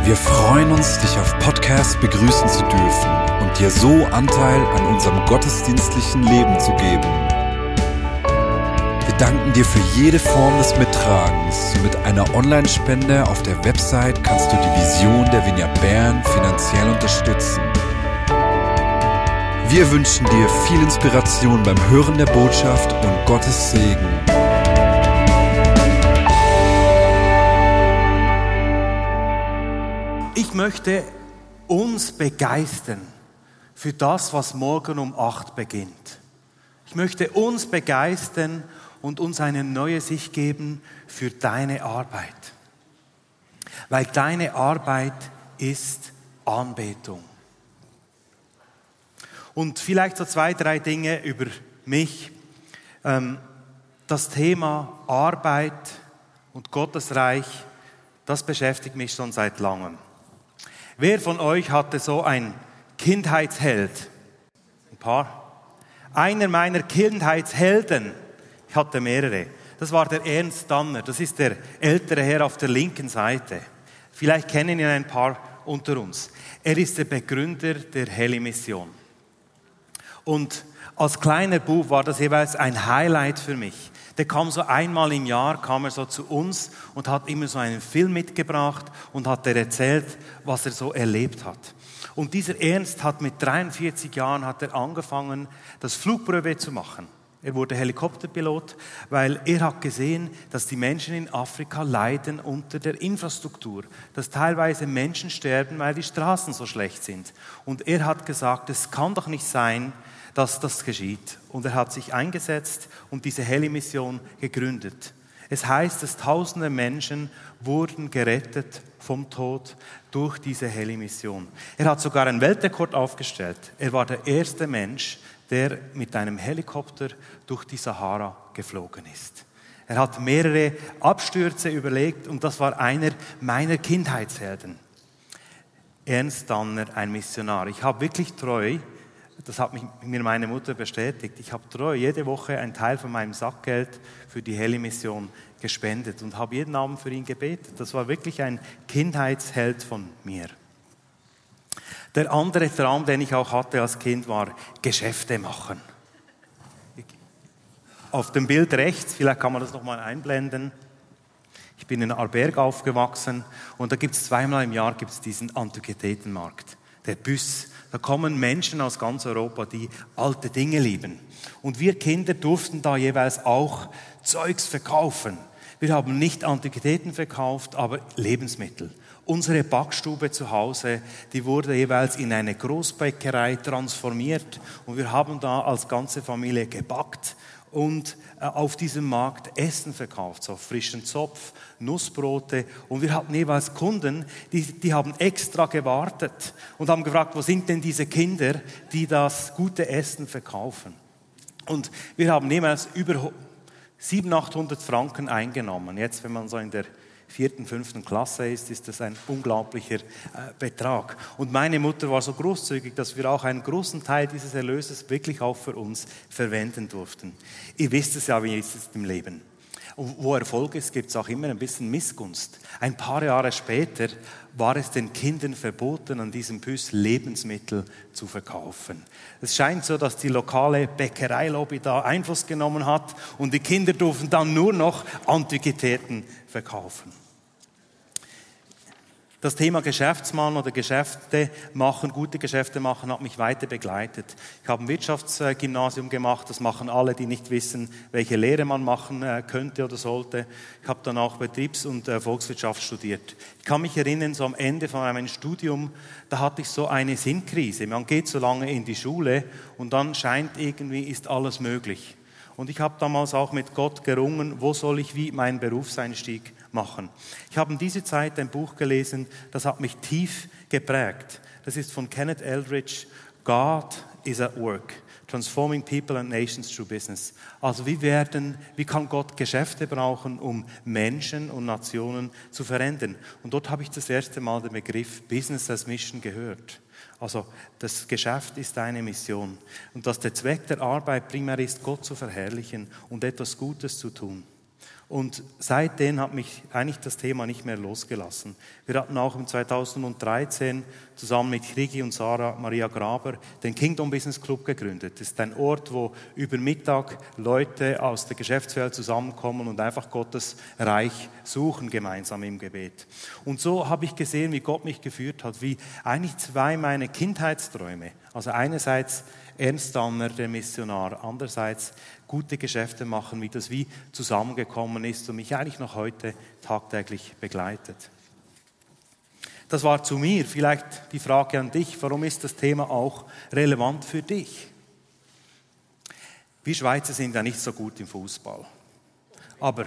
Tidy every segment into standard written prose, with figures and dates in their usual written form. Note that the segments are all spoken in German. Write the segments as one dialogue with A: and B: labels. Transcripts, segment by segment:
A: Wir freuen uns, dich auf Podcast begrüßen zu dürfen und dir so Anteil an unserem gottesdienstlichen Leben zu geben. Wir danken dir für jede Form des Mittragens. Mit einer Online-Spende auf der Website kannst du die Vision der Vineyard Bern finanziell unterstützen. Wir wünschen dir viel Inspiration beim Hören der Botschaft und Gottes Segen.
B: Ich möchte uns begeistern für das, was morgen um 8 beginnt. Ich möchte uns begeistern und uns eine neue Sicht geben für deine Arbeit. Weil deine Arbeit ist Anbetung. Und vielleicht so 2, 3 Dinge über mich. Das Thema Arbeit und Gottesreich, das beschäftigt mich schon seit langem. Wer von euch hatte so einen Kindheitsheld? Ein paar. Einer meiner Kindheitshelden, ich hatte mehrere, das war der Ernst Danner. Das ist der ältere Herr auf der linken Seite. Vielleicht kennen ihn ein paar unter uns. Er ist der Begründer der Heli-Mission. Und als kleiner Bub war das jeweils ein Highlight für mich. Der kam so einmal im Jahr, kam er so zu uns und hat immer so einen Film mitgebracht und hat erzählt, was er so erlebt hat. Und dieser Ernst hat mit 43 Jahren hat er angefangen, das Flugbrevet zu machen. Er wurde Helikopterpilot, weil er hat gesehen, dass die Menschen in Afrika leiden unter der Infrastruktur, dass teilweise Menschen sterben, weil die Straßen so schlecht sind. Und er hat gesagt, es kann doch nicht sein, dass das geschieht. Und er hat sich eingesetzt und diese Heli-Mission gegründet. Es heißt, dass tausende Menschen wurden gerettet vom Tod durch diese Heli-Mission. Er hat sogar einen Weltrekord aufgestellt. Er war der erste Mensch, der mit einem Helikopter durch die Sahara geflogen ist. Er hat mehrere Abstürze überlebt und das war einer meiner Kindheitshelden. Ernst Danner, ein Missionar. Ich habe wirklich treu, das hat mir meine Mutter bestätigt, ich habe treu jede Woche einen Teil von meinem Sackgeld für die Heli-Mission gespendet und habe jeden Abend für ihn gebetet. Das war wirklich ein Kindheitsheld von mir. Der andere Traum, den ich auch hatte als Kind, war Geschäfte machen. Auf dem Bild rechts, vielleicht kann man das nochmal einblenden. Ich bin in Arberg aufgewachsen und da gibt es zweimal im Jahr diesen Antiquitätenmarkt, der Büss. Da kommen Menschen aus ganz Europa, die alte Dinge lieben. Und wir Kinder durften da jeweils auch Zeugs verkaufen. Wir haben nicht Antiquitäten verkauft, aber Lebensmittel. Unsere Backstube zu Hause, die wurde jeweils in eine Großbäckerei transformiert. Und wir haben da als ganze Familie gebackt und auf diesem Markt Essen verkauft, so frischen Zopf, Nussbrote. Und wir hatten jeweils Kunden, die haben extra gewartet und haben gefragt, wo sind denn diese Kinder, die das gute Essen verkaufen. Und wir haben jeweils über 700, 800 Franken eingenommen. Jetzt, wenn man so in der 4., 5. Klasse ist das ein unglaublicher Betrag. Und meine Mutter war so großzügig, dass wir auch einen großen Teil dieses Erlöses wirklich auch für uns verwenden durften. Ihr wisst es ja, wie ist es im Leben. Und wo Erfolg ist, gibt es auch immer ein bisschen Missgunst. Ein paar Jahre später war es den Kindern verboten, an diesem Büss Lebensmittel zu verkaufen. Es scheint so, dass die lokale Bäckereilobby da Einfluss genommen hat und die Kinder durften dann nur noch Antiquitäten verkaufen. Das Thema Geschäftsmann oder Geschäfte machen, gute Geschäfte machen, hat mich weiter begleitet. Ich habe ein Wirtschaftsgymnasium gemacht, das machen alle, die nicht wissen, welche Lehre man machen könnte oder sollte. Ich habe dann auch Betriebs- und Volkswirtschaft studiert. Ich kann mich erinnern, so am Ende von meinem Studium, da hatte ich so eine Sinnkrise. Man geht so lange in die Schule und dann scheint irgendwie, ist alles möglich. Und ich habe damals auch mit Gott gerungen, wo soll ich wie meinen Berufseinstieg machen. Ich habe in dieser Zeit ein Buch gelesen, das hat mich tief geprägt. Das ist von Kenneth Eldridge, God is at Work, Transforming People and Nations Through Business. Also wie kann Gott Geschäfte brauchen, um Menschen und Nationen zu verändern? Und dort habe ich das erste Mal den Begriff Business as Mission gehört. Also das Geschäft ist eine Mission und dass der Zweck der Arbeit primär ist, Gott zu verherrlichen und etwas Gutes zu tun. Und seitdem hat mich eigentlich das Thema nicht mehr losgelassen. Wir hatten auch im 2013 zusammen mit Rigi und Sarah Maria Graber den Kingdom Business Club gegründet. Das ist ein Ort, wo über Mittag Leute aus der Geschäftswelt zusammenkommen und einfach Gottes Reich suchen gemeinsam im Gebet. Und so habe ich gesehen, wie Gott mich geführt hat, wie eigentlich zwei meiner Kindheitsträume, also einerseits Ernst Danner, der Missionar, andererseits gute Geschäfte machen, wie das wie zusammengekommen ist und mich eigentlich noch heute tagtäglich begleitet. Das war zu mir. Vielleicht die Frage an dich, warum ist das Thema auch relevant für dich? Wir Schweizer sind ja nicht so gut im Fußball. Aber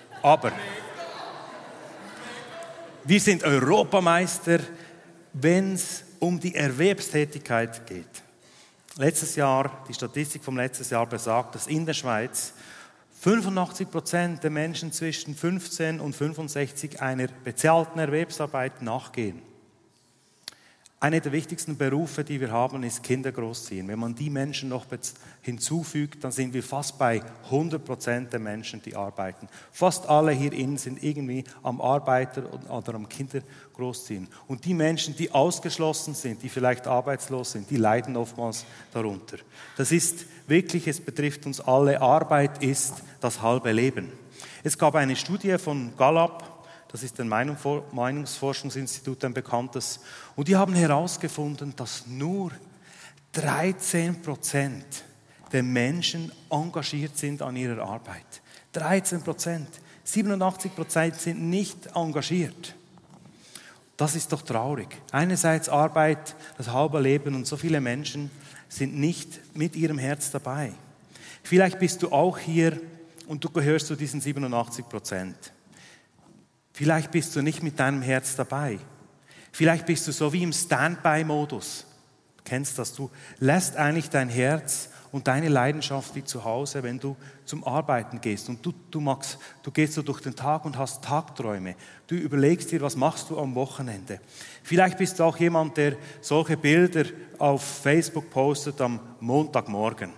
B: wir sind Europameister, wenn es um die Erwerbstätigkeit geht. Letztes Jahr, die Statistik vom letzten Jahr besagt, dass in der Schweiz 85% der Menschen zwischen 15 und 65 einer bezahlten Erwerbsarbeit nachgehen. Einer der wichtigsten Berufe, die wir haben, ist Kinder großziehen. Wenn man die Menschen noch hinzufügt, dann sind wir fast bei 100% der Menschen, die arbeiten. Fast alle hier innen sind irgendwie am Arbeiten oder am Kinder großziehen. Und die Menschen, die ausgeschlossen sind, die vielleicht arbeitslos sind, die leiden oftmals darunter. Das ist wirklich, es betrifft uns alle. Arbeit ist das halbe Leben. Es gab eine Studie von Gallup, das ist ein Meinungsforschungsinstitut, ein bekanntes. Und die haben herausgefunden, dass nur 13% der Menschen engagiert sind an ihrer Arbeit. 13%. 87% sind nicht engagiert. Das ist doch traurig. Einerseits Arbeit, das halbe Leben und so viele Menschen sind nicht mit ihrem Herz dabei. Vielleicht bist du auch hier und du gehörst zu diesen 87%. Vielleicht bist du nicht mit deinem Herz dabei. Vielleicht bist du so wie im Standby-Modus. Du kennst das, du lässt eigentlich dein Herz und deine Leidenschaft wie zu Hause, wenn du zum Arbeiten gehst. Und du gehst so durch den Tag und hast Tagträume. Du überlegst dir, was machst du am Wochenende. Vielleicht bist du auch jemand, der solche Bilder auf Facebook postet am Montagmorgen.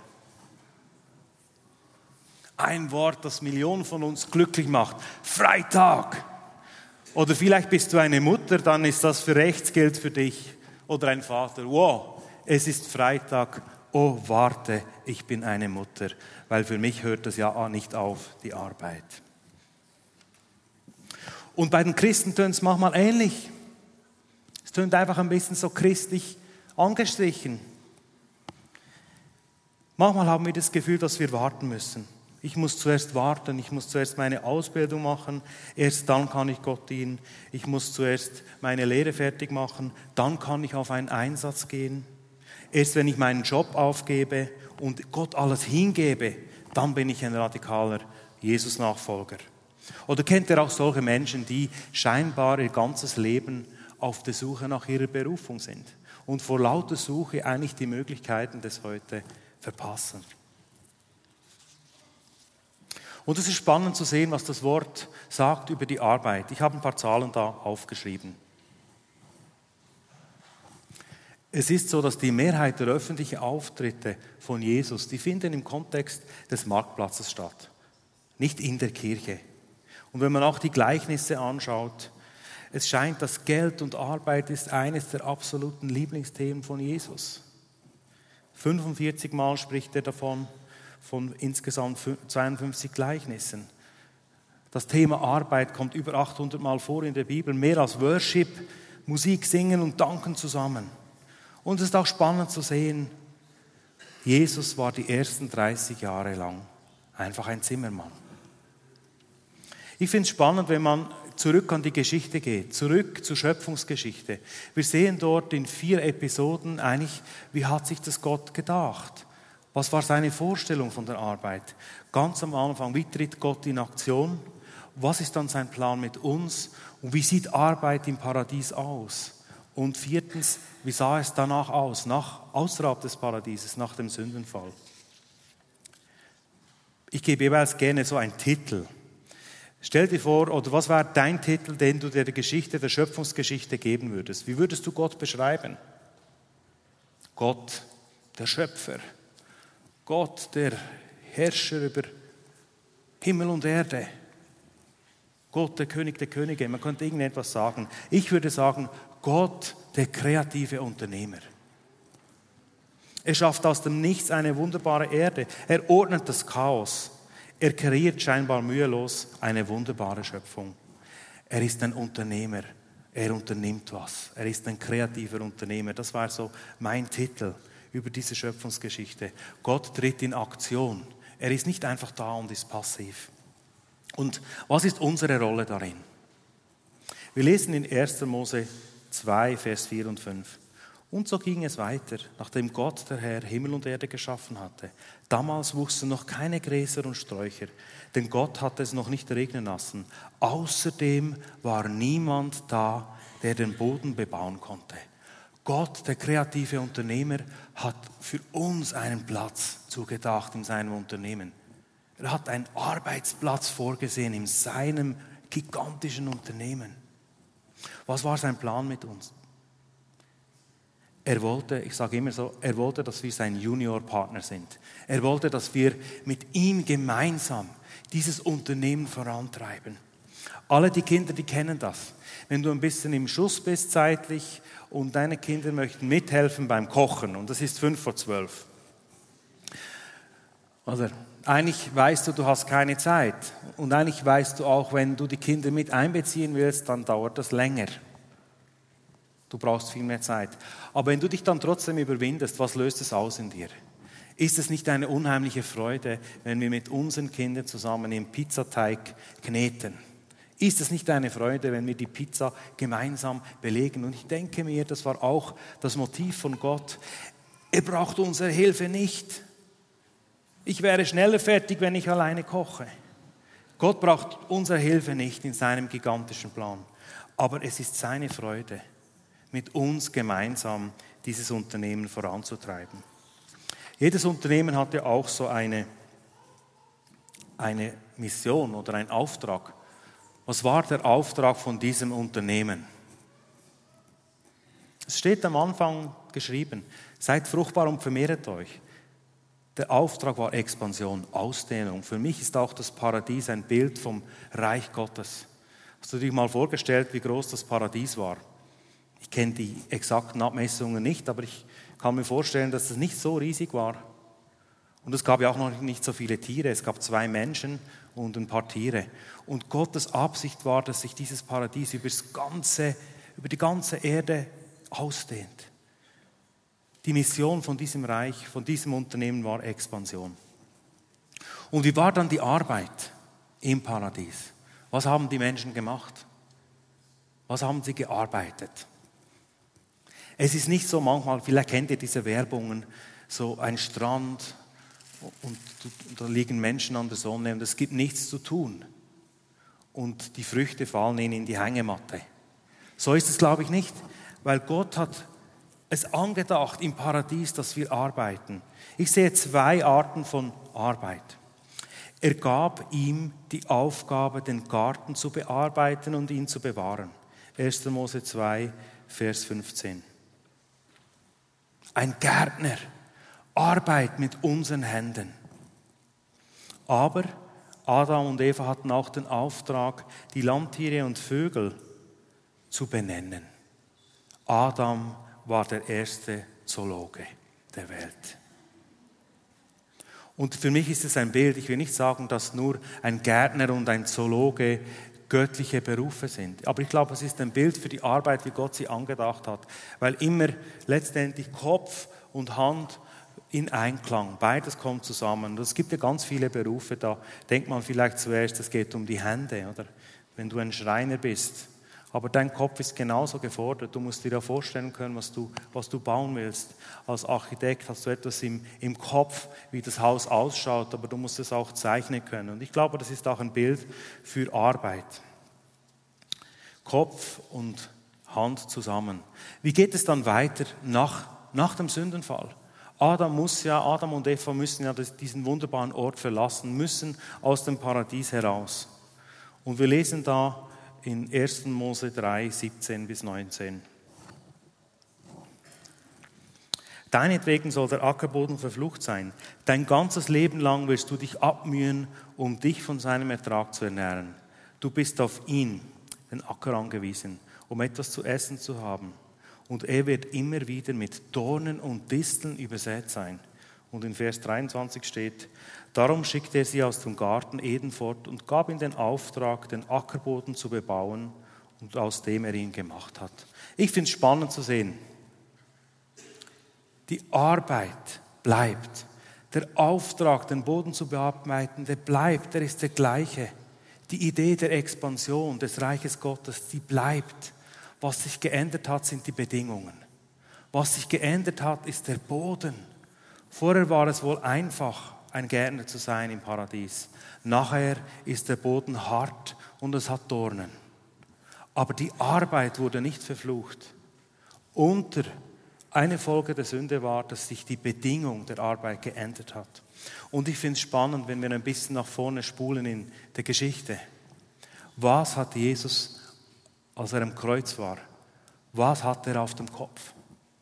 B: Ein Wort, das Millionen von uns glücklich macht. Freitag! Oder vielleicht bist du eine Mutter, dann ist das für Rechtsgeld für dich. Oder ein Vater, wow, es ist Freitag, oh warte, ich bin eine Mutter, weil für mich hört das ja nicht auf, die Arbeit. Und bei den Christen tönt es manchmal ähnlich. Es tönt einfach ein bisschen so christlich angestrichen. Manchmal haben wir das Gefühl, dass wir warten müssen. Ich muss zuerst warten, ich muss zuerst meine Ausbildung machen, erst dann kann ich Gott dienen. Ich muss zuerst meine Lehre fertig machen, dann kann ich auf einen Einsatz gehen. Erst wenn ich meinen Job aufgebe und Gott alles hingebe, dann bin ich ein radikaler Jesus-Nachfolger. Oder kennt ihr auch solche Menschen, die scheinbar ihr ganzes Leben auf der Suche nach ihrer Berufung sind und vor lauter Suche eigentlich die Möglichkeiten des Heute verpassen? Und es ist spannend zu sehen, was das Wort sagt über die Arbeit. Ich habe ein paar Zahlen da aufgeschrieben. Es ist so, dass die Mehrheit der öffentlichen Auftritte von Jesus, die finden im Kontext des Marktplatzes statt, nicht in der Kirche. Und wenn man auch die Gleichnisse anschaut, es scheint, dass Geld und Arbeit ist eines der absoluten Lieblingsthemen von Jesus. 45 Mal spricht er davon, von insgesamt 52 Gleichnissen. Das Thema Arbeit kommt über 800 Mal vor in der Bibel, mehr als Worship, Musik, Singen und Danken zusammen. Und es ist auch spannend zu sehen, Jesus war die ersten 30 Jahre lang einfach ein Zimmermann. Ich finde es spannend, wenn man zurück an die Geschichte geht, zurück zur Schöpfungsgeschichte. Wir sehen dort in 4 Episoden eigentlich, wie hat sich das Gott gedacht? Was war seine Vorstellung von der Arbeit? Ganz am Anfang, wie tritt Gott in Aktion? Was ist dann sein Plan mit uns? Und wie sieht Arbeit im Paradies aus? Und 4, wie sah es danach aus, außerhalb des Paradieses, nach dem Sündenfall? Ich gebe jeweils gerne so einen Titel. Stell dir vor, oder was wäre dein Titel, den du der Geschichte, der Schöpfungsgeschichte geben würdest? Wie würdest du Gott beschreiben? Gott, der Schöpfer. Gott, der Herrscher über Himmel und Erde. Gott, der König der Könige, man könnte irgendetwas sagen. Ich würde sagen, Gott, der kreative Unternehmer. Er schafft aus dem Nichts eine wunderbare Erde. Er ordnet das Chaos. Er kreiert scheinbar mühelos eine wunderbare Schöpfung. Er ist ein Unternehmer. Er unternimmt was. Er ist ein kreativer Unternehmer. Das war so mein Titel über diese Schöpfungsgeschichte. Gott tritt in Aktion. Er ist nicht einfach da und ist passiv. Und was ist unsere Rolle darin? Wir lesen in 1. Mose 2, Vers 4 und 5. Und so ging es weiter, nachdem Gott, der Herr, Himmel und Erde geschaffen hatte. Damals wuchsen noch keine Gräser und Sträucher, denn Gott hatte es noch nicht regnen lassen. Außerdem war niemand da, der den Boden bebauen konnte. Gott, der kreative Unternehmer, hat für uns einen Platz zugedacht in seinem Unternehmen. Er hat einen Arbeitsplatz vorgesehen in seinem gigantischen Unternehmen. Was war sein Plan mit uns? Er wollte, ich sage immer so, er wollte, dass wir sein Juniorpartner sind. Er wollte, dass wir mit ihm gemeinsam dieses Unternehmen vorantreiben. Alle die Kinder, die kennen das. Wenn du ein bisschen im Schuss bist zeitlich und deine Kinder möchten mithelfen beim Kochen und das ist 11:55. Oder eigentlich weißt du, du hast keine Zeit und eigentlich weißt du auch, wenn du die Kinder mit einbeziehen willst, dann dauert das länger. Du brauchst viel mehr Zeit. Aber wenn du dich dann trotzdem überwindest, was löst es aus in dir? Ist es nicht eine unheimliche Freude, wenn wir mit unseren Kindern zusammen im Pizzateig kneten? Ist es nicht eine Freude, wenn wir die Pizza gemeinsam belegen? Und ich denke mir, das war auch das Motiv von Gott. Er braucht unsere Hilfe nicht. Ich wäre schneller fertig, wenn ich alleine koche. Gott braucht unsere Hilfe nicht in seinem gigantischen Plan. Aber es ist seine Freude, mit uns gemeinsam dieses Unternehmen voranzutreiben. Jedes Unternehmen hat ja auch so eine Mission oder einen Auftrag. Was war der Auftrag von diesem Unternehmen? Es steht am Anfang geschrieben, seid fruchtbar und vermehret euch. Der Auftrag war Expansion, Ausdehnung. Für mich ist auch das Paradies ein Bild vom Reich Gottes. Hast du dir mal vorgestellt, wie groß das Paradies war? Ich kenne die exakten Abmessungen nicht, aber ich kann mir vorstellen, dass es nicht so riesig war. Und es gab ja auch noch nicht so viele Tiere. Es gab 2 Menschen und ein paar Tiere. Und Gottes Absicht war, dass sich dieses Paradies über die ganze Erde ausdehnt. Die Mission von diesem Reich, von diesem Unternehmen war Expansion. Und wie war dann die Arbeit im Paradies? Was haben die Menschen gemacht? Was haben sie gearbeitet? Es ist nicht so manchmal, vielleicht kennt ihr diese Werbungen, so ein Strand und da liegen Menschen an der Sonne und es gibt nichts zu tun. Und die Früchte fallen ihnen in die Hängematte. So ist es, glaube ich, nicht, weil Gott hat es angedacht im Paradies, dass wir arbeiten. Ich sehe 2 Arten von Arbeit. Er gab ihm die Aufgabe, den Garten zu bearbeiten und ihn zu bewahren. 1. Mose 2, Vers 15. Ein Gärtner, Arbeit mit unseren Händen. Aber Adam und Eva hatten auch den Auftrag, die Landtiere und Vögel zu benennen. Adam war der erste Zoologe der Welt. Und für mich ist es ein Bild, ich will nicht sagen, dass nur ein Gärtner und ein Zoologe göttliche Berufe sind. Aber ich glaube, es ist ein Bild für die Arbeit, wie Gott sie angedacht hat. Weil immer letztendlich Kopf und Hand in Einklang, beides kommt zusammen. Und es gibt ja ganz viele Berufe, da denkt man vielleicht zuerst, es geht um die Hände, oder? Wenn du ein Schreiner bist. Aber dein Kopf ist genauso gefordert. Du musst dir ja vorstellen können, was du bauen willst. Als Architekt hast du etwas im Kopf, wie das Haus ausschaut, aber du musst es auch zeichnen können. Und ich glaube, das ist auch ein Bild für Arbeit. Kopf und Hand zusammen. Wie geht es dann weiter nach dem Sündenfall? Adam und Eva müssen ja diesen wunderbaren Ort verlassen, müssen aus dem Paradies heraus. Und wir lesen da in 1. Mose 3, 17 bis 19. Deinetwegen soll der Ackerboden verflucht sein. Dein ganzes Leben lang wirst du dich abmühen, um dich von seinem Ertrag zu ernähren. Du bist auf ihn, den Acker, angewiesen, um etwas zu essen zu haben. Und er wird immer wieder mit Dornen und Disteln übersät sein. Und in Vers 23 steht, darum schickte er sie aus dem Garten Eden fort und gab ihm den Auftrag, den Ackerboden zu bebauen, und aus dem er ihn gemacht hat. Ich finde es spannend zu sehen. Die Arbeit bleibt. Der Auftrag, den Boden zu bearbeiten, der bleibt, der ist der gleiche. Die Idee der Expansion des Reiches Gottes, die bleibt. Was sich geändert hat, sind die Bedingungen. Was sich geändert hat, ist der Boden. Vorher war es wohl einfach, ein Gärtner zu sein im Paradies. Nachher ist der Boden hart und es hat Dornen. Aber die Arbeit wurde nicht verflucht. Eine Folge der Sünde war, dass sich die Bedingung der Arbeit geändert hat. Und ich finde es spannend, wenn wir ein bisschen nach vorne spulen in der Geschichte. Was hat Jesus, als er am Kreuz war, was hat er auf dem Kopf?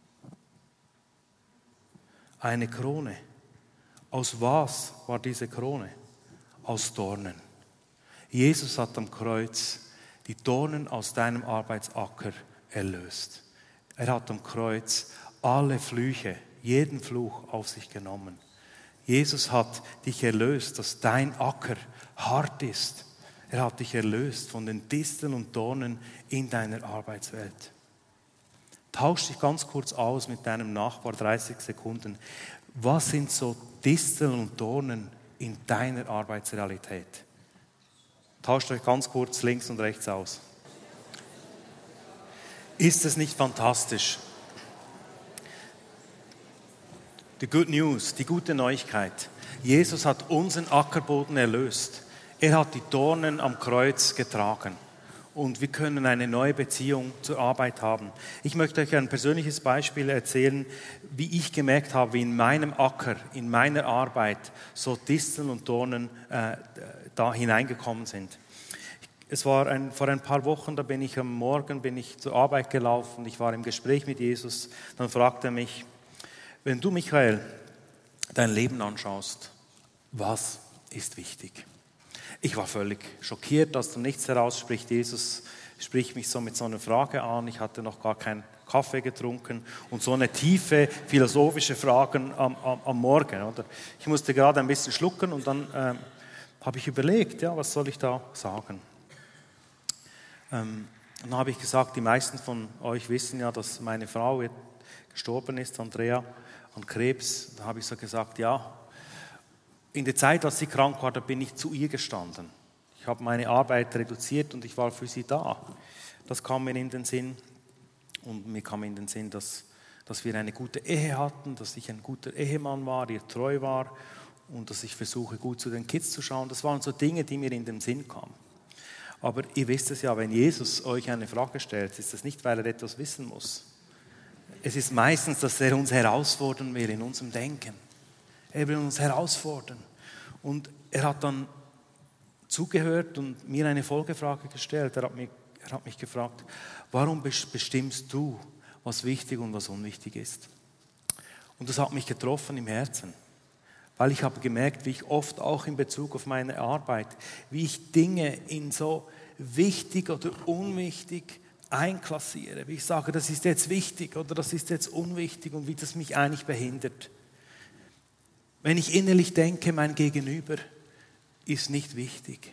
B: Eine Krone. Aus was war diese Krone? Aus Dornen. Jesus hat am Kreuz die Dornen aus deinem Arbeitsacker erlöst. Er hat am Kreuz alle Flüche, jeden Fluch auf sich genommen. Jesus hat dich erlöst, dass dein Acker hart ist. Er hat dich erlöst von den Disteln und Dornen in deiner Arbeitswelt. Tausch dich ganz kurz aus mit deinem Nachbar, 30 Sekunden. Was sind so Disteln und Dornen in deiner Arbeitsrealität? Tauscht euch ganz kurz links und rechts aus. Ist es nicht fantastisch? Die Good News, die gute Neuigkeit. Jesus hat unseren Ackerboden erlöst. Er hat die Dornen am Kreuz getragen. Und wir können eine neue Beziehung zur Arbeit haben. Ich möchte euch ein persönliches Beispiel erzählen, wie ich gemerkt habe, wie in meinem Acker, in meiner Arbeit so Disteln und Dornen da hineingekommen sind. Es war vor ein paar Wochen, da bin ich am Morgen zur Arbeit gelaufen, ich war im Gespräch mit Jesus, dann fragte er mich, wenn du, Michael, dein Leben anschaust, was ist wichtig? Ich war völlig schockiert, aus dem Nichts heraus spricht Jesus, spricht mich so mit so einer Frage an, ich hatte noch gar keinen Kaffee getrunken und so eine tiefe philosophische Frage am Morgen. Oder? Ich musste gerade ein bisschen schlucken und dann habe ich überlegt, ja, was soll ich da sagen? Und dann habe ich gesagt, die meisten von euch wissen ja, dass meine Frau gestorben ist, Andrea, an Krebs. Da habe ich so gesagt, ja, in der Zeit, als sie krank war, da bin ich zu ihr gestanden. Ich habe meine Arbeit reduziert und ich war für sie da. Das kam mir in den Sinn. Und mir kam in den Sinn, dass wir eine gute Ehe hatten, dass ich ein guter Ehemann war, ihr treu war und dass ich versuche, gut zu den Kids zu schauen. Das waren so Dinge, die mir in den Sinn kamen. Aber ihr wisst es ja, wenn Jesus euch eine Frage stellt, ist das nicht, weil er etwas wissen muss. Es ist meistens, dass er uns herausfordern will in unserem Denken. Er will uns herausfordern. Und er hat dann zugehört und mir eine Folgefrage gestellt. Er hat mich gefragt, warum bestimmst du, was wichtig und was unwichtig ist? Und das hat mich getroffen im Herzen. Weil ich habe gemerkt, wie ich oft auch in Bezug auf meine Arbeit, wie ich Dinge in so wichtig oder unwichtig einklassiere. Wie ich sage, das ist jetzt wichtig oder das ist jetzt unwichtig und wie das mich eigentlich behindert. Wenn ich innerlich denke, mein Gegenüber ist nicht wichtig,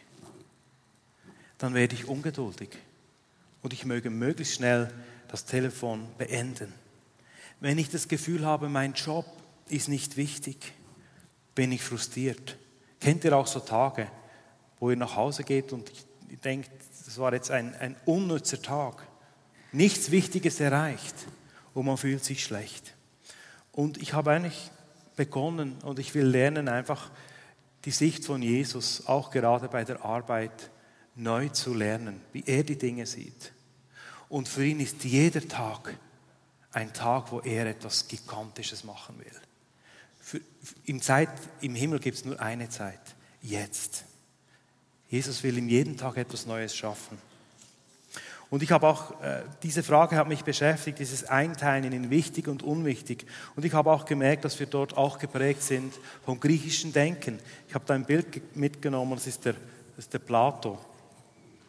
B: dann werde ich ungeduldig und ich möge möglichst schnell das Telefon beenden. Wenn ich das Gefühl habe, mein Job ist nicht wichtig, bin ich frustriert. Kennt ihr auch so Tage, wo ihr nach Hause geht und ihr denkt, das war jetzt ein unnützer Tag, nichts Wichtiges erreicht und man fühlt sich schlecht. Und ich habe eigentlich begonnen und ich will lernen, einfach die Sicht von Jesus auch gerade bei der Arbeit neu zu lernen, wie er die Dinge sieht. Und für ihn ist jeder Tag ein Tag, wo er etwas Gigantisches machen will. Im Himmel gibt es nur eine Zeit, jetzt. Jesus will in jedem Tag etwas Neues schaffen. Und ich habe auch, diese Frage hat mich beschäftigt, dieses Einteilen in wichtig und unwichtig. Und ich habe auch gemerkt, dass wir dort auch geprägt sind vom griechischen Denken. Ich habe da ein Bild mitgenommen, das ist der Plato.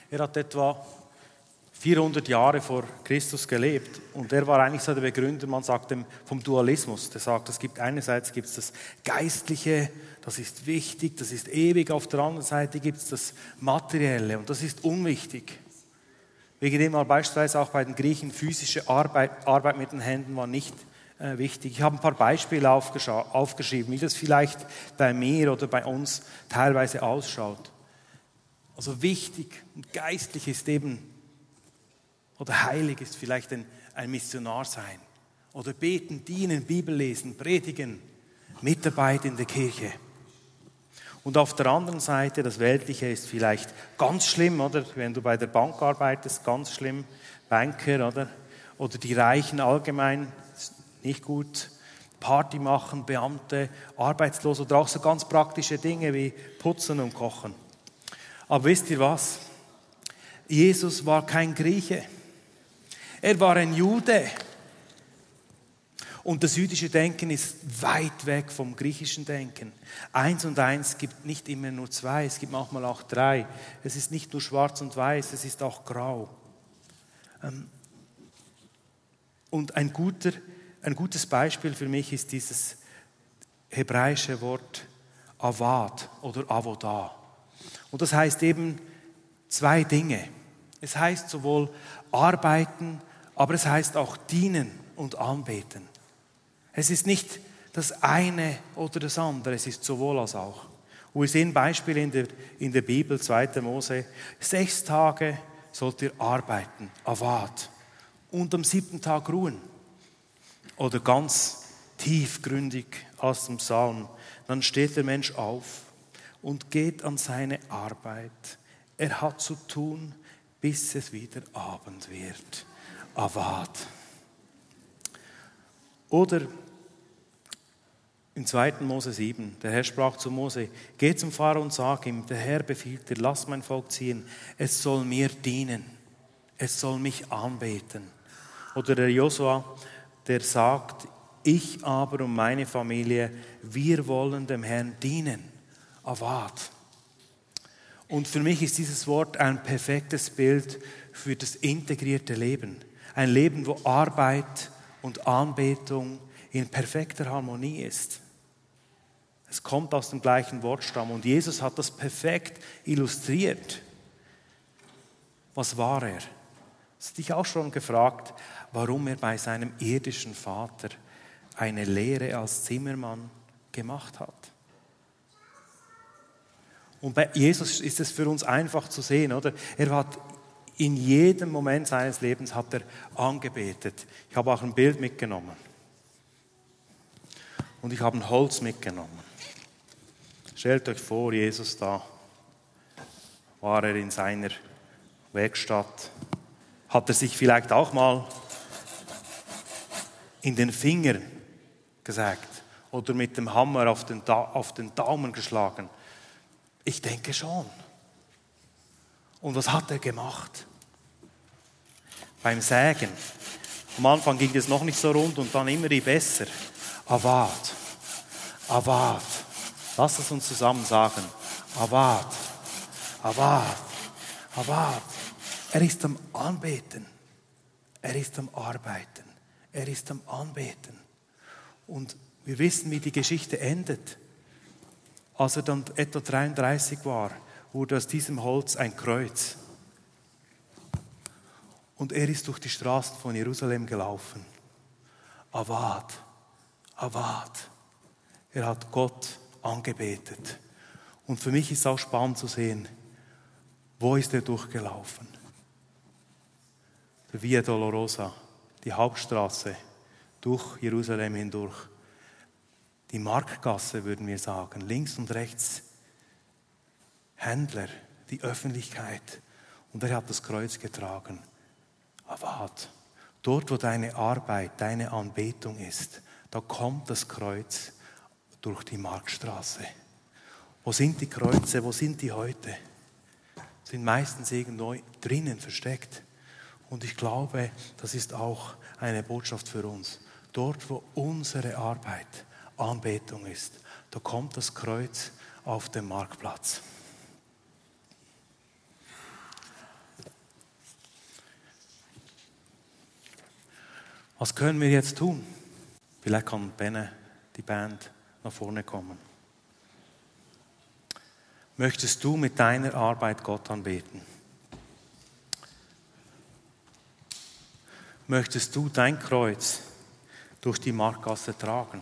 B: Er hat etwa 400 Jahre vor Christus gelebt und er war eigentlich so der Begründer, man sagt vom Dualismus. Der sagt, einerseits gibt es das Geistliche, das ist wichtig, das ist ewig, auf der anderen Seite gibt es das Materielle und das ist unwichtig. Wegen dem war beispielsweise auch bei den Griechen physische Arbeit mit den Händen war nicht wichtig. Ich habe ein paar Beispiele aufgeschrieben, wie das vielleicht bei mir oder bei uns teilweise ausschaut. Also wichtig und geistlich ist eben, oder heilig ist vielleicht ein Missionar sein. Oder beten, dienen, Bibel lesen, predigen, Mitarbeit in der Kirche. Und auf der anderen Seite, das Weltliche ist vielleicht ganz schlimm, oder? Wenn du bei der Bank arbeitest, ganz schlimm, Banker, oder? Oder die Reichen allgemein, nicht gut. Party machen, Beamte, arbeitslos oder auch so ganz praktische Dinge wie Putzen und Kochen. Aber wisst ihr was? Jesus war kein Grieche. Er war ein Jude. Und das jüdische Denken ist weit weg vom griechischen Denken. 1 und 1 gibt nicht immer nur 2, es gibt manchmal auch 3. Es ist nicht nur schwarz und weiß, es ist auch grau. Und ein gutes Beispiel für mich ist dieses hebräische Wort Avad oder Avodah. Und das heißt eben 2 Dinge. Es heißt sowohl arbeiten, aber es heißt auch dienen und anbeten. Es ist nicht das eine oder das andere, es ist sowohl als auch. Und wir sehen Beispiele in der Bibel, 2. Mose, 6 Tage sollt ihr arbeiten, Avad, und am 7. Tag ruhen. Oder ganz tiefgründig aus dem Psalm, dann steht der Mensch auf und geht an seine Arbeit. Er hat zu tun, bis es wieder Abend wird. Avad. Oder im 2. Mose 7, der Herr sprach zu Mose, geh zum Pharao und sag ihm, der Herr befiehlt dir, lass mein Volk ziehen, es soll mir dienen, es soll mich anbeten. Oder der Josua, der sagt, ich aber und meine Familie, wir wollen dem Herrn dienen. Avad. Und für mich ist dieses Wort ein perfektes Bild für das integrierte Leben. Ein Leben, wo Arbeit und Anbetung in perfekter Harmonie ist. Es kommt aus dem gleichen Wortstamm und Jesus hat das perfekt illustriert. Was war er? Hast du dich auch schon gefragt, warum er bei seinem irdischen Vater eine Lehre als Zimmermann gemacht hat? Und bei Jesus ist es für uns einfach zu sehen, oder? Er hat in jedem Moment seines Lebens hat er angebetet. Ich habe auch ein Bild mitgenommen. Und ich habe ein Holz mitgenommen. Stellt euch vor, Jesus da, war er in seiner Werkstatt. Hat er sich vielleicht auch mal in den Finger gesagt oder mit dem Hammer auf den Daumen geschlagen? Ich denke schon. Und was hat er gemacht? Beim Sägen. Am Anfang ging es noch nicht so rund und dann immer besser. Avad. Avad. Lass es uns zusammen sagen. Avad. Avad. Avad. Er ist am Anbeten. Er ist am Arbeiten. Er ist am Anbeten. Und wir wissen, wie die Geschichte endet. Als er dann etwa 33 war, wurde aus diesem Holz ein Kreuz. Und er ist durch die Straßen von Jerusalem gelaufen. Avad, Avad. Er hat Gott angebetet. Und für mich ist es auch spannend zu sehen, wo ist er durchgelaufen? Der Via Dolorosa, die Hauptstraße durch Jerusalem hindurch. Die Marktgasse, würden wir sagen, links und rechts Händler, die Öffentlichkeit. Und er hat das Kreuz getragen. Avad. Dort, wo deine Arbeit, deine Anbetung ist, da kommt das Kreuz durch die Marktstraße. Wo sind die Kreuze? Wo sind die heute? Sind meistens irgendwo drinnen versteckt. Und ich glaube, das ist auch eine Botschaft für uns. Dort, wo unsere Arbeit, Anbetung ist, da kommt das Kreuz auf den Marktplatz. Was können wir jetzt tun? Vielleicht kann Benne, die Band, nach vorne kommen. Möchtest du mit deiner Arbeit Gott anbeten? Möchtest du dein Kreuz durch die Marktgasse tragen?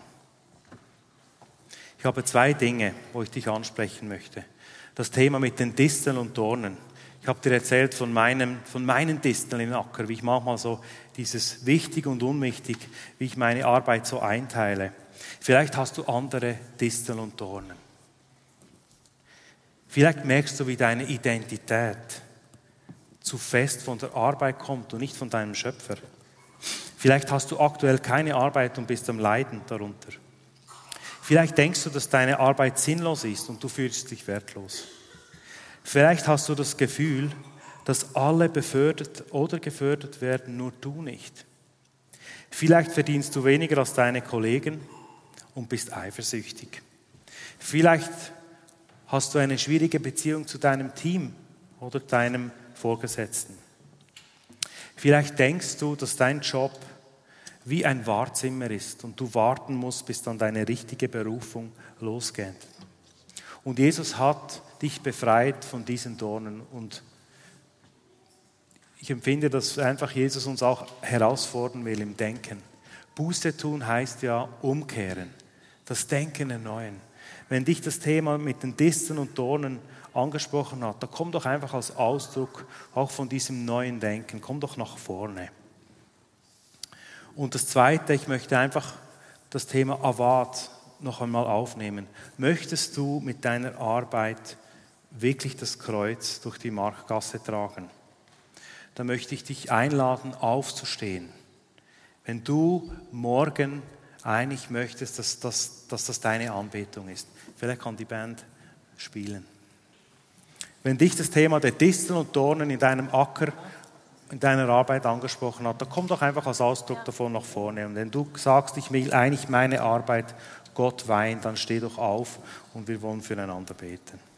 B: Ich habe 2 Dinge, wo ich dich ansprechen möchte. Das Thema mit den Disteln und Dornen. Ich habe dir erzählt von meinen Disteln im Acker, wie ich manchmal so dieses wichtig und unwichtig, wie ich meine Arbeit so einteile. Vielleicht hast du andere Disteln und Dornen. Vielleicht merkst du, wie deine Identität zu fest von der Arbeit kommt und nicht von deinem Schöpfer. Vielleicht hast du aktuell keine Arbeit und bist am Leiden darunter. Vielleicht denkst du, dass deine Arbeit sinnlos ist und du fühlst dich wertlos. Vielleicht hast du das Gefühl, dass alle befördert oder gefördert werden, nur du nicht. Vielleicht verdienst du weniger als deine Kollegen und bist eifersüchtig. Vielleicht hast du eine schwierige Beziehung zu deinem Team oder deinem Vorgesetzten. Vielleicht denkst du, dass dein Job wie ein Wartezimmer ist und du warten musst, bis dann deine richtige Berufung losgeht. Und Jesus hat dich befreit von diesen Dornen. Und ich empfinde, dass einfach Jesus uns auch herausfordern will im Denken. Buße tun heißt ja umkehren, das Denken erneuern. Wenn dich das Thema mit den Disteln und Dornen angesprochen hat, da komm doch einfach als Ausdruck auch von diesem neuen Denken, komm doch nach vorne. Und das Zweite, ich möchte einfach das Thema Avad noch einmal aufnehmen. Möchtest du mit deiner Arbeit wirklich das Kreuz durch die Marktgasse tragen? Dann möchte ich dich einladen, aufzustehen. Wenn du morgen eigentlich möchtest, dass das deine Anbetung ist. Vielleicht kann die Band spielen. Wenn dich das Thema der Disteln und Dornen in deinem Acker, in deiner Arbeit angesprochen hat, dann komm doch einfach als Ausdruck davon nach vorne. Und wenn du sagst, ich will eigentlich meine Arbeit Gott weihen, dann steh doch auf und wir wollen füreinander beten.